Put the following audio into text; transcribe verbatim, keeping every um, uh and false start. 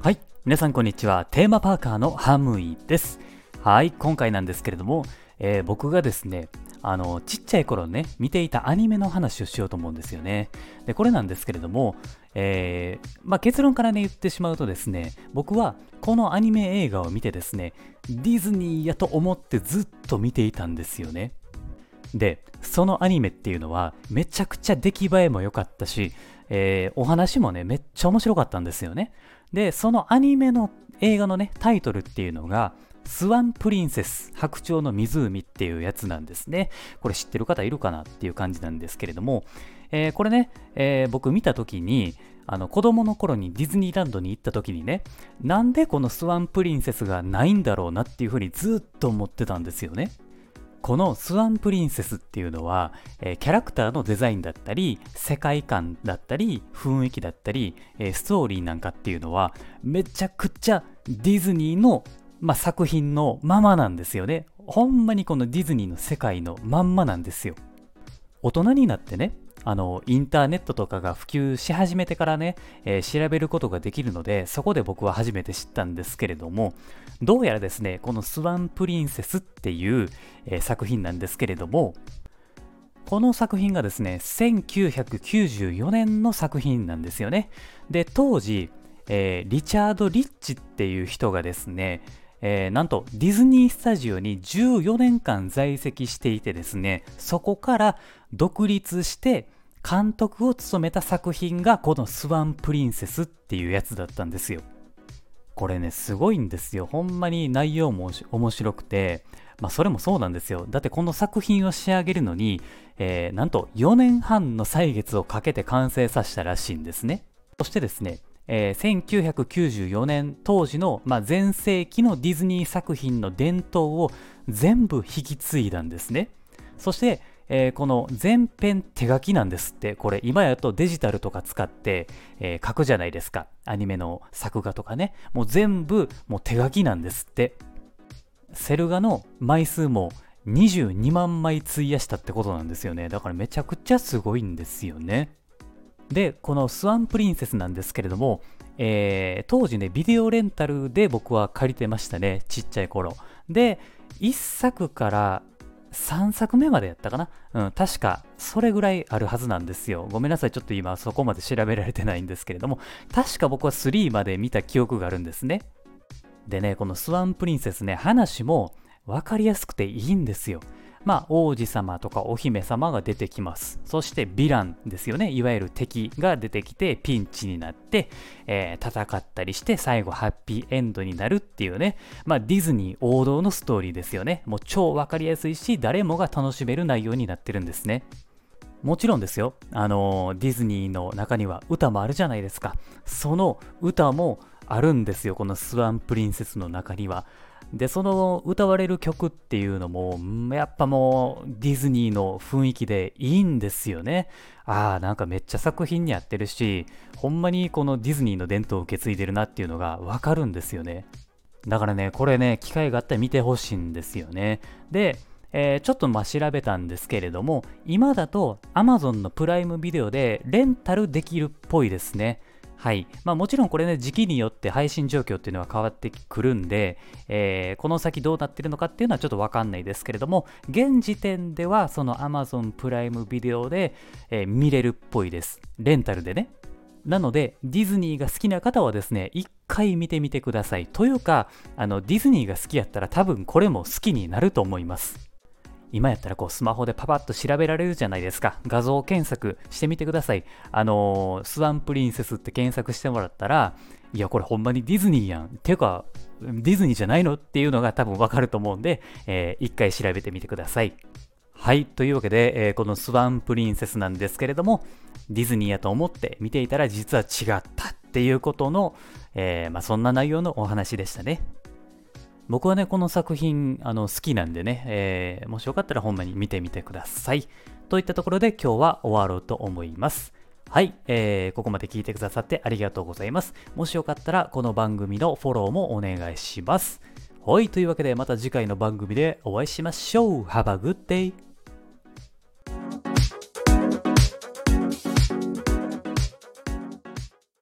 はい、皆さんこんにちは。テーマパーカーのハムイです。はい、今回なんですけれども、えー僕がですね、あの、ちっちゃい頃ね、見ていたアニメの話をしようと思うんですよね。で、これなんですけれども、えーまあ、結論からね、言ってしまうとですね、僕はこのアニメ映画を見てですね、ディズニーやと思ってずっと見ていたんですよね。で、そのアニメっていうのはめちゃくちゃ出来栄えも良かったし、えーお話もね、めっちゃ面白かったんですよね。で、そのアニメの映画のね、タイトルっていうのが、スワンプリンセス白鳥の湖っていうやつなんですね。これ知ってる方いるかなっていう感じなんですけれども、えーこれね、えー僕見た時に、あの子供の頃にディズニーランドに行った時にね、なんでこのスワンプリンセスがないんだろうなっていうふうにずっと思ってたんですよね。このスワンプリンセスっていうのは、えーキャラクターのデザインだったり、世界観だったり、雰囲気だったり、えーストーリーなんかっていうのは、めちゃくちゃディズニーの、まあ、作品のままなんですよね。ほんまにこのディズニーの世界のまんまなんですよ。大人になってね、あのインターネットとかが普及し始めてからね、えー調べることができるので、そこで僕は初めて知ったんですけれども、どうやらですね、このスワンプリンセスっていう、えー作品なんですけれども、この作品がですね、せんきゅうひゃくきゅうじゅうよねんの作品なんですよね。で、当時、えーリチャード・リッチっていう人がですね、えーなんとディズニースタジオにじゅうよねんかん在籍していてですね、そこから独立して監督を務めた作品がこのスワンプリンセスっていうやつだったんですよ。これね、すごいんですよ。ほんまに内容も面白くて、まあそれもそうなんですよ。だってこの作品を仕上げるのに、えーなんとよねんはんの歳月をかけて完成させたらしいんですね。そしてですね、えーせんきゅうひゃくきゅうじゅうよねん当時の、まあ、全盛期のディズニー作品の伝統を全部引き継いだんですね。そして、えーこの全編手書きなんですって。これ今やとデジタルとか使って、えー書くじゃないですか。アニメの作画とかね。もう全部もう手書きなんですって。セル画の枚数もにじゅうにまんまい費やしたってことなんですよね。だからめちゃくちゃすごいんですよね。で、このスワンプリンセスなんですけれども、えー当時ね、ビデオレンタルで僕は借りてましたね、ちっちゃい頃。で、いっさくからさんさくめまでやったかな。うん、確かそれぐらいあるはずなんですよ。ごめんなさい、ちょっと今そこまで調べられてないんですけれども、確か僕はスリーまで見た記憶があるんですね。でね、このスワンプリンセスね、話も分かりやすくていいんですよ。まあ、王子様とかお姫様が出てきます。そしてヴィランですよね。いわゆる敵が出てきてピンチになって、えー戦ったりして最後ハッピーエンドになるっていうね。まあ、ディズニー王道のストーリーですよね。もう超分かりやすいし、誰もが楽しめる内容になってるんですね。もちろんですよ。あのーディズニーの中には歌もあるじゃないですか。その歌もあるんですよ。このスワンプリンセスの中には。で、その歌われる曲っていうのも、んやっぱもうディズニーの雰囲気でいいんですよね。ああ、なんかめっちゃ作品に合ってるし、ほんまにこのディズニーの伝統を受け継いでるなっていうのがわかるんですよね。だからね、これね、機会があったら見てほしいんですよね。で、えーちょっとまあ調べたんですけれども、今だと Amazon のプライムビデオでレンタルできるっぽいですね。はい。まあもちろんこれね、時期によって配信状況っていうのは変わってくるんで、えーこの先どうなってるのかっていうのはちょっとわかんないですけれども、現時点ではその Amazon プライムビデオで、えー見れるっぽいです。レンタルでね。なので、ディズニーが好きな方はですね、一回見てみてください。というか、あの、ディズニーが好きやったら多分これも好きになると思います。今やったらこうスマホでパパッと調べられるじゃないですか。画像検索してみてください。あのースワンプリンセスって検索してもらったら、いや、これほんまにディズニーやん。ていうか、ディズニーじゃないのっていうのが多分わかると思うんで、えー一回調べてみてください。はい。というわけで、えーこのスワンプリンセスなんですけれども、ディズニーやと思って見ていたら実は違ったっていうことの、えーまあ、そんな内容のお話でしたね。僕はね、この作品あの好きなんでね、えーもしよかったらほんまに見てみてください。といったところで今日は終わろうと思います。はい、えーここまで聞いてくださってありがとうございます。もしよかったらこの番組のフォローもお願いします。はい、というわけでまた次回の番組でお会いしましょう。Have a good day!